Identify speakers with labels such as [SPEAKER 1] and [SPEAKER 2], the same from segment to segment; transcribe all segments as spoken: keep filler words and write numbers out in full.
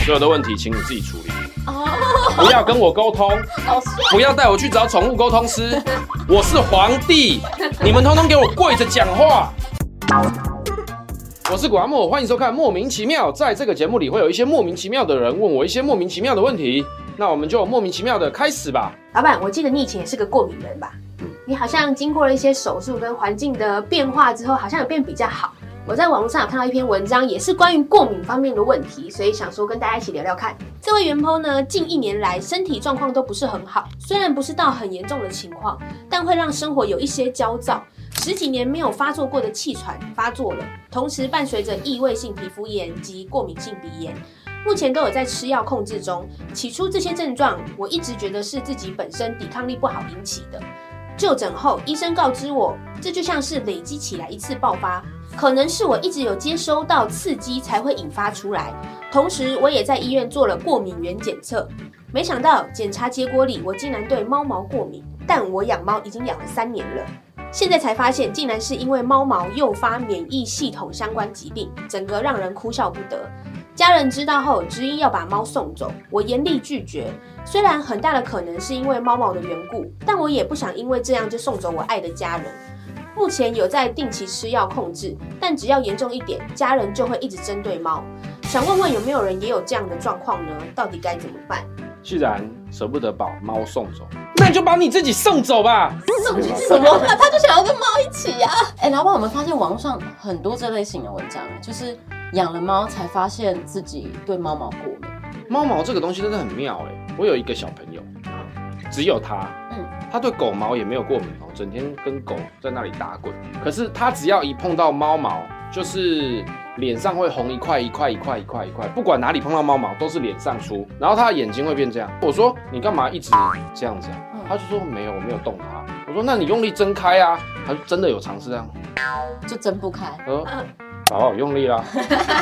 [SPEAKER 1] 所有的问题请你自己处理。哦，不要跟我沟通，不要带我去找宠物沟通师。我是皇帝，你们通通给我跪着讲话。我是谷阿莫，欢迎收看《莫名其妙》。在这个节目里，会有一些莫名其妙的人问我一些莫名其妙的问题，那我们就莫名其妙的开始吧。
[SPEAKER 2] 老板，我记得你以前也是个过敏人吧？嗯，你好像经过了一些手术跟环境的变化之后，好像有变比较好。我在网络上有看到一篇文章，也是关于过敏方面的问题，所以想说跟大家一起聊聊看。这位原 po 呢，近一年来身体状况都不是很好，虽然不是到很严重的情况，但会让生活有一些焦躁。十几年没有发作过的气喘发作了，同时伴随着异位性皮肤炎及过敏性鼻炎，目前都有在吃药控制中。起初这些症状，我一直觉得是自己本身抵抗力不好引起的。就诊后，医生告知我，这就像是累积起来一次爆发，可能是我一直有接收到刺激才会引发出来。同时，我也在医院做了过敏原检测，没想到检查结果里我竟然对猫毛过敏，但我养猫已经养了三年了。现在才发现，竟然是因为猫毛诱发免疫系统相关疾病，整个让人哭笑不得。家人知道后，执意要把猫送走，我严厉拒绝。虽然很大的可能是因为猫毛的缘故，但我也不想因为这样就送走我爱的家人。目前有在定期吃药控制，但只要严重一点，家人就会一直针对猫。想问问有没有人也有这样的状况呢？到底该怎么办？
[SPEAKER 1] 既然舍不得把猫送走，那你就把你自己送走吧。
[SPEAKER 2] 送去什么？他就想要跟猫一起呀、啊。
[SPEAKER 3] 哎、欸，老板，我们发现网络上很多这类型的文章，就是养了猫才发现自己对猫毛过敏。
[SPEAKER 1] 猫毛这个东西真的很妙哎、欸！我有一个小朋友，只有他，嗯，他对狗毛也没有过敏哦，整天跟狗在那里打滚。可是他只要一碰到猫毛，就是脸上会红一块一块一块一块一块，不管哪里碰到猫毛都是脸上出，然后他的眼睛会变这样。我说你干嘛一直这样子啊？嗯、他就说没有，我没有动它。我说那你用力睁开啊，他就真的有尝试这样，
[SPEAKER 3] 就睁不开。
[SPEAKER 1] 呃，宝宝用力啦。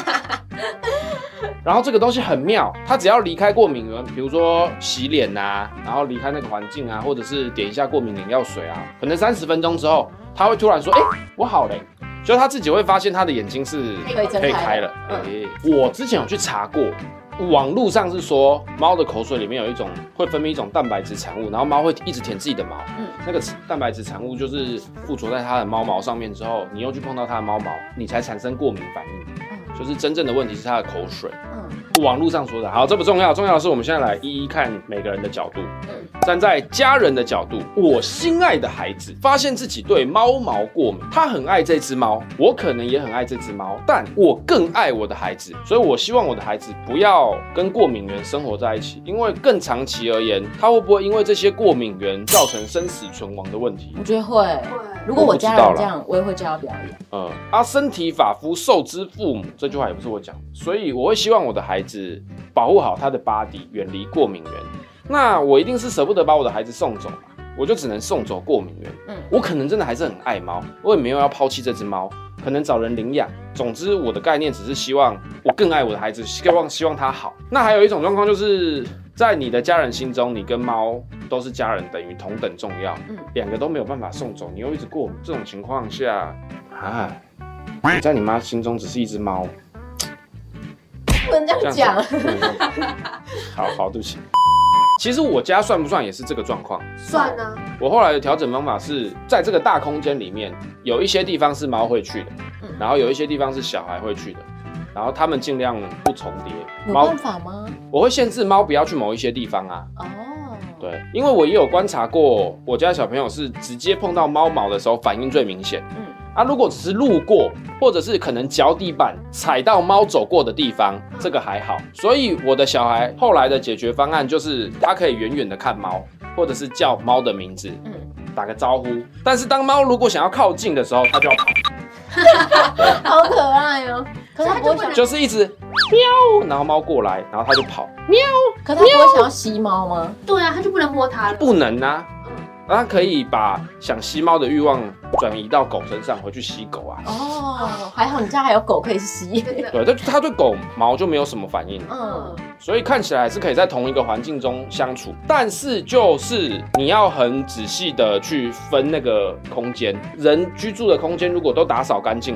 [SPEAKER 1] 然后这个东西很妙，它只要离开过敏源，比如说洗脸啊，然后离开那个环境啊，或者是点一下过敏眼药水啊，可能三十分钟之后，他会突然说，哎、欸，我好了、欸。就他自己会发现他的眼睛是可以开了。哎、欸，我之前有去查过，网路上是说猫的口水里面有一种会分泌一种蛋白质产物，然后猫会一直舔自己的毛。嗯，那个蛋白质产物就是附着在它的猫毛上面之后，你又去碰到它的猫毛，你才产生过敏反应。嗯，就是真正的问题是它的口水。嗯，网路上说的。好，这不重要，重要的是我们现在来一一看每个人的角度。嗯，站在家人的角度，我心爱的孩子发现自己对猫毛过敏，他很爱这只猫，我可能也很爱这只猫，但我更爱我的孩子，所以我希望我的孩子不要跟过敏源生活在一起，因为更长期而言，他会不会因为这些过敏源造成生死存亡的问题？
[SPEAKER 3] 我觉得会。如果我家人这样，我也会叫他表演。
[SPEAKER 1] 嗯，啊，身体发肤受之父母，这句话也不是我讲的，所以我会希望我的孩子保护好他的 body， 远离过敏源。那我一定是舍不得把我的孩子送走嘛，我就只能送走过敏源。嗯，我可能真的还是很爱猫，我也没有要抛弃这只猫，可能找人领养。总之，我的概念只是希望我更爱我的孩子，希望希望他好。那还有一种状况就是，在你的家人心中，你跟猫都是家人，等于同等重要。嗯，两个都没有办法送走，你又一直过敏，这种情况下，啊，你在你妈心中只是一只猫，
[SPEAKER 3] 不能这样讲。
[SPEAKER 1] 好好，对不起。其实我家算不算也是这个状况？
[SPEAKER 2] 算啊。
[SPEAKER 1] 我后来的调整方法是在这个大空间里面，有一些地方是猫会去的，嗯、然后有一些地方是小孩会去的，然后他们尽量不重叠。
[SPEAKER 3] 有办法吗？我
[SPEAKER 1] 会限制猫不要去某一些地方啊。哦。对，因为我也有观察过，我家小朋友是直接碰到猫毛的时候反应最明显。嗯。啊，如果只是路过，或者是可能脚底板踩到猫走过的地方，这个还好。所以我的小孩后来的解决方案就是，他可以远远的看猫，或者是叫猫的名字，嗯，打个招呼。但是当猫如果想要靠近的时候，他就要跑。
[SPEAKER 3] 好可爱哦！可是他不会想，
[SPEAKER 1] 就是一直喵，然后猫过来，然后他就跑喵。
[SPEAKER 3] 可是他不会想要吸猫吗？
[SPEAKER 2] 对啊，他就不能摸它了。
[SPEAKER 1] 不能啊。他可以把想吸猫的欲望转移到狗身上，回去吸狗啊。
[SPEAKER 3] 哦，还好你家还有狗可以吸。
[SPEAKER 1] 对，他他对狗毛就没有什么反应。嗯，所以看起来是可以在同一个环境中相处，但是就是你要很仔细的去分那个空间，人居住的空间如果都打扫干净了，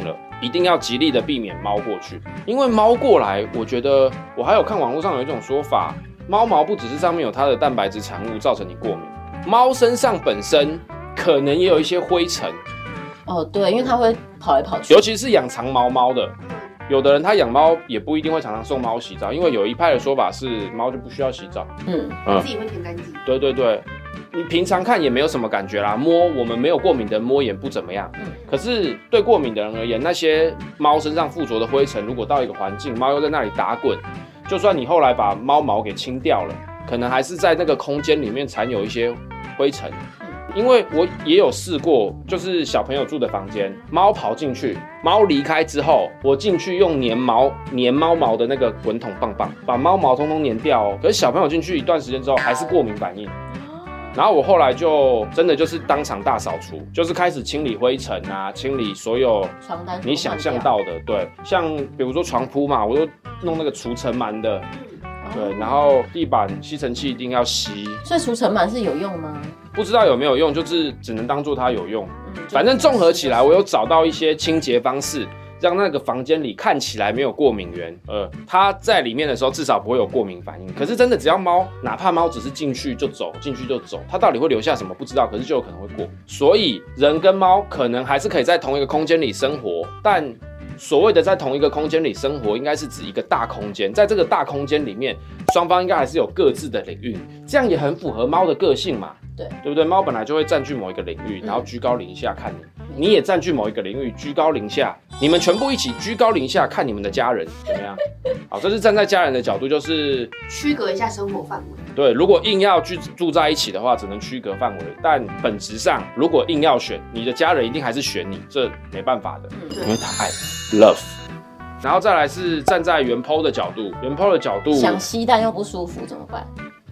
[SPEAKER 1] 一定要极力的避免猫过去，因为猫过来，我觉得我还有看网络上有一种说法，猫毛不只是上面有它的蛋白质产物造成你过敏，猫身上本身可能也有一些灰尘。
[SPEAKER 3] 哦，对，因为它会跑来跑去，
[SPEAKER 1] 尤其是养长毛猫的，有的人他养猫也不一定会常常送猫洗澡，因为有一派的说法是猫就不需要洗澡，
[SPEAKER 2] 嗯，嗯自己会舔干净。
[SPEAKER 1] 对对对，你平常看也没有什么感觉啦，摸我们没有过敏的人摸也不怎么样，嗯，可是对过敏的人而言，那些猫身上附着的灰尘，如果到一个环境，猫又在那里打滚，就算你后来把猫毛给清掉了，可能还是在那个空间里面残有一些灰尘。因为我也有试过，就是小朋友住的房间，猫跑进去，猫离开之后，我进去用粘毛粘猫毛的那个滚筒棒棒，把猫毛通通粘掉哦。可是小朋友进去一段时间之后，还是过敏反应。然后我后来就真的就是当场大扫除，就是开始清理灰尘啊，清理所有
[SPEAKER 3] 床单
[SPEAKER 1] 你想象到的，对，像比如说床铺嘛，我就弄那个除尘螨的。对，然后地板吸尘器一定要吸，
[SPEAKER 3] 所以除尘螨是有用吗？
[SPEAKER 1] 不知道有没有用，就是只能当做它有用。嗯、反正综合起来，我有找到一些清洁方式，让那个房间里看起来没有过敏源。呃，它在里面的时候至少不会有过敏反应。可是真的，只要猫，哪怕猫只是进去就走，进去就走，它到底会留下什么不知道，可是就有可能会过敏。所以人跟猫可能还是可以在同一个空间里生活，但所谓的在同一个空间里生活，应该是指一个大空间，在这个大空间里面，双方应该还是有各自的领域，这样也很符合猫的个性嘛，
[SPEAKER 3] 对
[SPEAKER 1] 对不对？猫本来就会占据某一个领域，然后居高临下看你，嗯、你也占据某一个领域，居高临下，你们全部一起居高临下看你们的家人，怎么样？好，这是站在家人的角度，就是
[SPEAKER 2] 区隔一下生活范围。
[SPEAKER 1] 对，如果硬要居住在一起的话，只能区隔范围，但本质上，如果硬要选，你的家人一定还是选你，这没办法的，嗯、因为他爱 love。然后再来是站在原 po 的角度，原 po 的角度，
[SPEAKER 3] 想吸但又不舒服怎么办？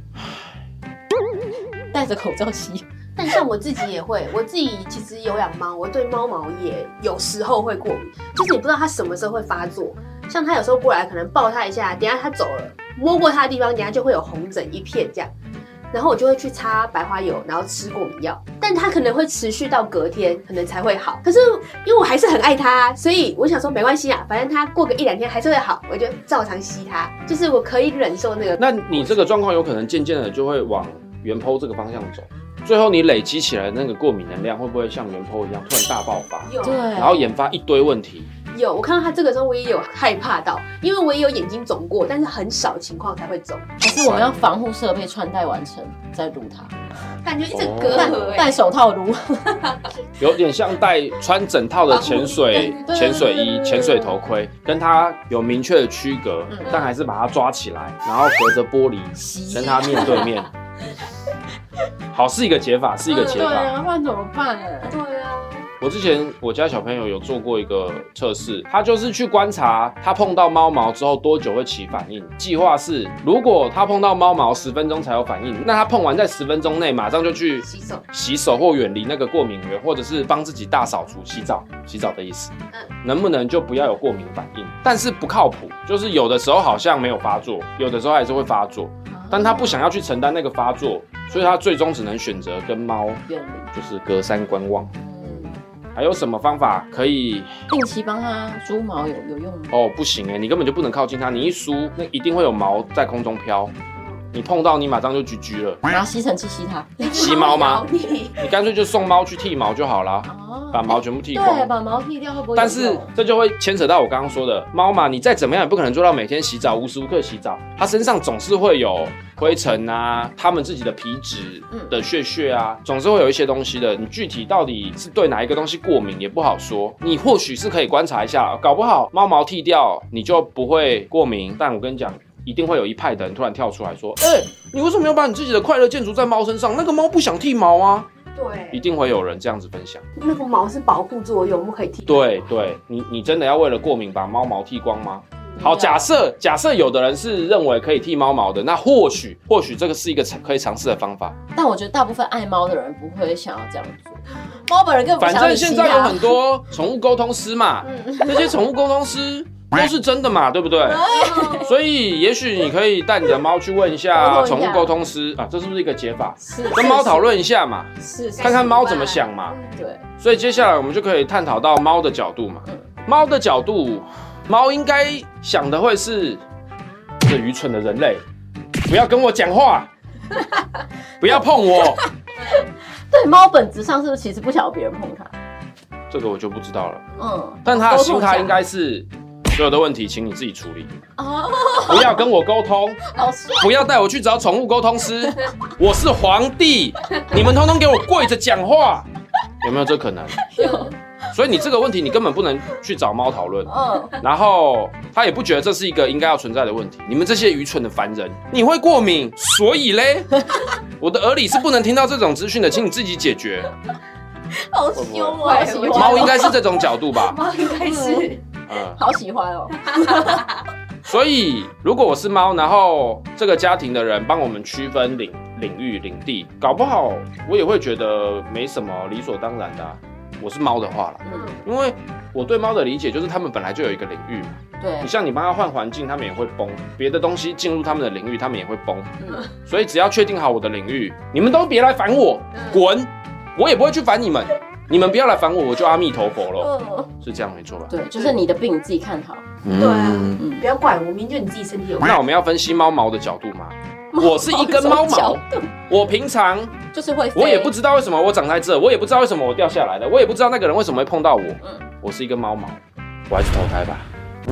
[SPEAKER 3] 戴着口罩吸。
[SPEAKER 2] 但像我自己也会，我自己其实有养猫，我对猫毛也有时候会过敏，就是你不知道它什么时候会发作。像它有时候过来，可能抱它一下，等一下它走了，摸过它的地方，等一下就会有红疹一片这样。然后我就会去擦白花油，然后吃过敏药，但它可能会持续到隔天，可能才会好。可是因为我还是很爱它，所以我想说没关系啊，反正它过个一两天还是会好，我就照常吸它，就是我可以忍受那个。
[SPEAKER 1] 那你这个状况有可能渐渐的就会往原 po 这个方向走，最后你累积起来的那个过敏能量会不会像原 po 一样突然大爆发？
[SPEAKER 3] 对，
[SPEAKER 1] 然后引发一堆问题。
[SPEAKER 2] 有，我看到他这个时候，我也有害怕到，因为我也有眼睛肿过，但是很少情况才会肿。
[SPEAKER 3] 还是我们要防护设备穿戴完成再撸它，
[SPEAKER 2] 感觉一直隔阂、欸，
[SPEAKER 3] 戴手套撸，
[SPEAKER 1] 有点像戴穿整套的潜水潜水衣、潜水头盔，跟它有明确的区隔，嗯、但还是把它抓起来，然后隔着玻璃跟它面对面。好，是一个解法，是一个解法。
[SPEAKER 3] 对啊，不然怎么办？
[SPEAKER 2] 对啊。
[SPEAKER 1] 我之前我家小朋友有做过一个测试，他就是去观察他碰到猫毛之后多久会起反应。计划是，如果他碰到猫毛十分钟才有反应，那他碰完在十分钟内马上就去
[SPEAKER 2] 洗手、
[SPEAKER 1] 洗手或远离那个过敏源，或者是帮自己大扫除、洗澡、洗澡的意思。嗯，能不能就不要有过敏反应？但是不靠谱，就是有的时候好像没有发作，有的时候还是会发作，但他不想要去承担那个发作，所以他最终只能选择跟猫
[SPEAKER 3] 远离，
[SPEAKER 1] 就是隔山观望。还有什么方法可以
[SPEAKER 3] 定期帮它梳毛有有用吗？
[SPEAKER 1] 哦，不行哎，你根本就不能靠近它，你一梳，那一定会有毛在空中飘，你碰到你马上就 G G 了。
[SPEAKER 3] 拿吸尘器吸它，
[SPEAKER 1] 吸猫吗？你干脆就送猫去剃毛就好啦，哦、把毛全部剃光。
[SPEAKER 3] 对，把毛剃掉会不会有用？
[SPEAKER 1] 但是这就会牵扯到我刚刚说的猫嘛，你再怎么样也不可能做到每天洗澡，无时无刻洗澡，它身上总是会有灰尘啊，它们自己的皮脂的屑屑啊，总是会有一些东西的。你具体到底是对哪一个东西过敏也不好说，你或许是可以观察一下，搞不好猫毛剃掉你就不会过敏。但我跟你讲，一定会有一派的人突然跳出来说：“哎、欸，你为什么要把你自己的快乐建筑在猫身上？那个猫不想剃毛啊。”
[SPEAKER 2] 对，
[SPEAKER 1] 一定会有人这样子分享。
[SPEAKER 2] 那个毛是保护作用，不可以剃。
[SPEAKER 1] 对对，你你真的要为了过敏把猫毛剃光吗？好，假设假设有的人是认为可以剃猫毛的，那或许或许这个是一个可以尝试的方法。
[SPEAKER 3] 但我觉得大部分爱猫的人不会想要这样做，猫本人根本不想要
[SPEAKER 1] 反正现在有很多宠物沟通师嘛，这些宠物沟通师都是真的嘛，对不对？所以也许你可以带你的猫去问一下宠物沟通师啊，这是不是一个解法？
[SPEAKER 3] 是，
[SPEAKER 1] 跟猫讨论一下嘛，
[SPEAKER 3] 是，
[SPEAKER 1] 看看猫怎么想嘛。
[SPEAKER 3] 对。
[SPEAKER 1] 所以接下来我们就可以探讨到猫的角度嘛。嗯， 猫的角度，猫应该想的会是这愚蠢的人类，不要跟我讲话，不要碰我。
[SPEAKER 3] 对，猫本质上是不是其实不想要别人碰它？
[SPEAKER 1] 这个我就不知道了。
[SPEAKER 3] 嗯，
[SPEAKER 1] 但它的心态应该是所有的问题，请你自己处理，
[SPEAKER 3] 哦，
[SPEAKER 1] 不要跟我沟通，
[SPEAKER 3] 好帅。
[SPEAKER 1] 不要带我去找宠物沟通师。我是皇帝，你们通通给我跪着讲话，有没有这可能？
[SPEAKER 3] 有。
[SPEAKER 1] 所以你这个问题，你根本不能去找猫讨论。
[SPEAKER 3] 嗯，
[SPEAKER 1] 然后他也不觉得这是一个应该要存在的问题。你们这些愚蠢的凡人，你会过敏，所以嘞，我的耳里是不能听到这种资讯的，请你自己解决。
[SPEAKER 3] 好凶哦，好喜欢。
[SPEAKER 1] 猫应该是这种角度吧？
[SPEAKER 2] 猫应该是，
[SPEAKER 1] 嗯，
[SPEAKER 3] 好喜欢哦。
[SPEAKER 1] 所以如果我是猫，然后这个家庭的人帮我们区分领领域、领地，搞不好我也会觉得没什么理所当然的、啊。我是猫的话啦，
[SPEAKER 3] 嗯，
[SPEAKER 1] 因为我对猫的理解就是他们本来就有一个领域嘛。
[SPEAKER 3] 对，
[SPEAKER 1] 你像你帮它换环境，他们也会崩；别的东西进入他们的领域，他们也会崩。
[SPEAKER 3] 嗯，
[SPEAKER 1] 所以只要确定好我的领域，你们都别来烦我，滚！我也不会去烦你们，你们不要来烦我，我就阿弥陀佛了。
[SPEAKER 3] 嗯，
[SPEAKER 1] 是这样没错吧？
[SPEAKER 3] 对，就是你的病你自己看好。
[SPEAKER 2] 对啊，
[SPEAKER 3] 嗯，
[SPEAKER 2] 不要怪我，明明就你自己身体有病。
[SPEAKER 1] 那我们要分析猫毛的角度吗？我是一根猫毛，我平常
[SPEAKER 3] 就是会飞，
[SPEAKER 1] 我也不知道为什么我长在这，我也不知道为什么我掉下来了，我也不知道那个人为什么会碰到我。
[SPEAKER 3] 嗯，
[SPEAKER 1] 我是一根猫毛，我还是投胎吧。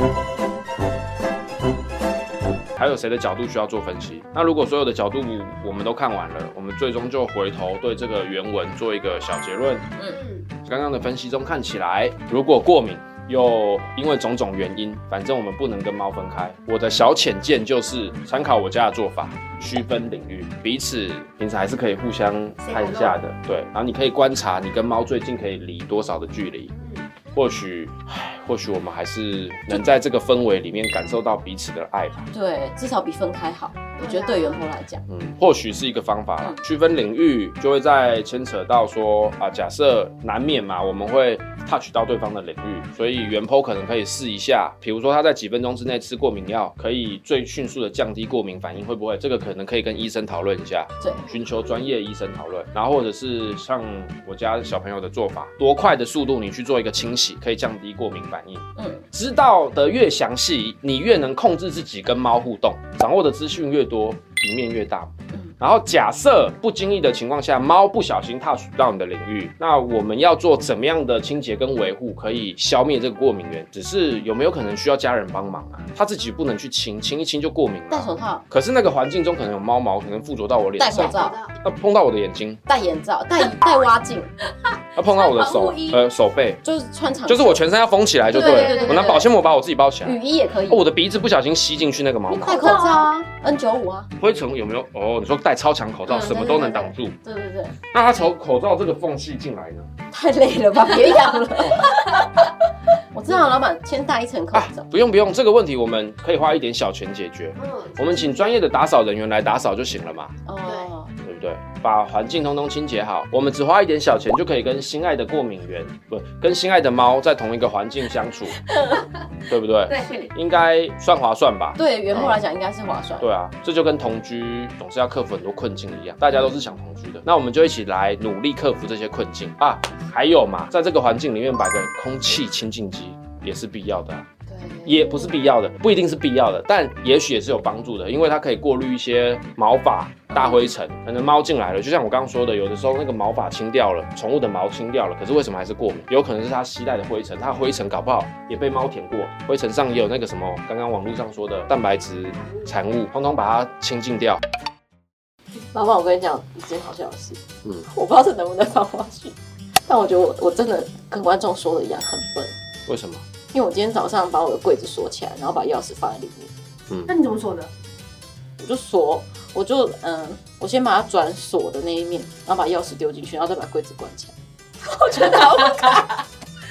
[SPEAKER 1] 还有谁的角度需要做分析？那如果所有的角度我们都看完了，我们最终就回头对这个原文做一个小结论。
[SPEAKER 3] 嗯，
[SPEAKER 1] 刚刚的分析中看起来，如果过敏又因为种种原因，反正我们不能跟猫分开。我的小浅见就是参考我家的做法，区分领域，彼此平常还是可以互相看一下的。对，然后你可以观察你跟猫最近可以离多少的距离。或许，或许我们还是能在这个氛围里面感受到彼此的爱吧。
[SPEAKER 3] 对，至少比分开好。我觉得对源头来讲，
[SPEAKER 1] 嗯，或许是一个方法啦。区分领域就会再牵扯到说啊，假设难免嘛，我们会 touch 到对方的领域，所以原 po 可能可以试一下，比如说他在几分钟之内吃过敏药，可以最迅速的降低过敏反应，会不会？这个可能可以跟医生讨论一下，
[SPEAKER 3] 对，
[SPEAKER 1] 寻求专业医生讨论。然后或者是像我家小朋友的做法，多快的速度你去做一个清洗，可以降低过敏反应。嗯，知道的越详细，你越能控制自己跟猫互动，掌握的资讯越多，赢面越大。然后假设不经意的情况下，猫不小心踏入到你的领域，那我们要做怎么样的清洁跟维护，可以消灭这个过敏源？只是有没有可能需要家人帮忙啊？他自己不能去清，清一清就过敏了。
[SPEAKER 3] 戴手套。可
[SPEAKER 1] 是那个环境中可能有猫毛，可能附着到我脸上。
[SPEAKER 3] 戴口罩。
[SPEAKER 1] 那碰到我的眼睛。
[SPEAKER 3] 戴眼罩，戴戴蛙镜。
[SPEAKER 1] 那碰到我的手，呃，手背。
[SPEAKER 3] 就是穿长。
[SPEAKER 1] 就是我全身要封起来就对了。对对对对，我拿保鲜膜把我自己包起来。
[SPEAKER 3] 雨衣也可以。
[SPEAKER 1] 哦，我的鼻子不小心吸进去那个毛毛。
[SPEAKER 3] 戴口罩啊 ，N 九五 啊。灰尘
[SPEAKER 1] 有没有？哦，你说戴超强口罩，嗯、什么都能挡住。
[SPEAKER 3] 对对对。
[SPEAKER 1] 那他从口罩这个缝隙进来呢？
[SPEAKER 3] 太累了吧，别养了。我知道，老板先戴一层口罩、啊。
[SPEAKER 1] 不用不用，这个问题我们可以花一点小钱解决。嗯，我们请专业的打扫人员来打扫就行了嘛。哦。对不对？把环境通通清洁好，我们只花一点小钱就可以跟心爱的过敏源，不，跟心爱的猫在同一个环境相处，对不对？
[SPEAKER 2] 对，
[SPEAKER 1] 应该算划算吧？
[SPEAKER 3] 对，原本来讲应该是划算。
[SPEAKER 1] 对啊，这就跟同居总是要克服很多困境一样，大家都是想同居的，那我们就一起来努力克服这些困境啊！还有嘛，在这个环境里面摆个空气清净机也是必要的、啊。也不是必要的，不一定是必要的，但也许也是有帮助的，因为它可以过滤一些毛发、大灰尘。可能猫进来了，就像我刚刚说的，有的时候那个毛发清掉了，宠物的毛清掉了，可是为什么还是过敏？有可能是它携带的灰尘，它的灰尘搞不好也被猫舔过，灰尘上也有那个什么，刚刚网络上说的蛋白质产物，通通把它清净掉。
[SPEAKER 3] 老板，我跟你讲一件好笑的事，嗯，我不知道这能不能放下去，但我觉得我我真的跟观众说的一样，很笨。
[SPEAKER 1] 为什么？
[SPEAKER 3] 因为我今天早上把我的柜子锁起来，然后把钥匙放在里面。
[SPEAKER 2] 嗯，那你怎么锁的？
[SPEAKER 3] 我就锁，我就嗯，我先把它转锁的那一面，然后把钥匙丢进去，然后再把柜子关起来。我觉得好可爱。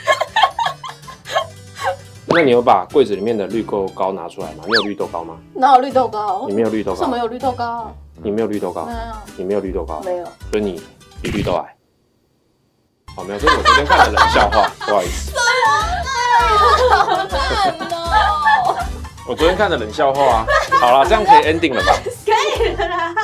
[SPEAKER 1] 那你有把柜子里面的绿豆糕拿出来吗？你有绿豆糕吗？
[SPEAKER 3] 哪有绿豆糕？
[SPEAKER 1] 你没有绿豆糕？
[SPEAKER 3] 为什么有绿豆糕？
[SPEAKER 1] 你没有绿豆糕？
[SPEAKER 3] 没有。
[SPEAKER 1] 你没有绿豆糕？
[SPEAKER 3] 没有。
[SPEAKER 1] 所以你比绿豆矮。哦，没有，这是我昨天看的冷笑话，不好意思。
[SPEAKER 3] 好烂哦！
[SPEAKER 1] 我昨天看的冷笑话啊，好啦，这样可以 ending 了吧？
[SPEAKER 2] 可以了啦。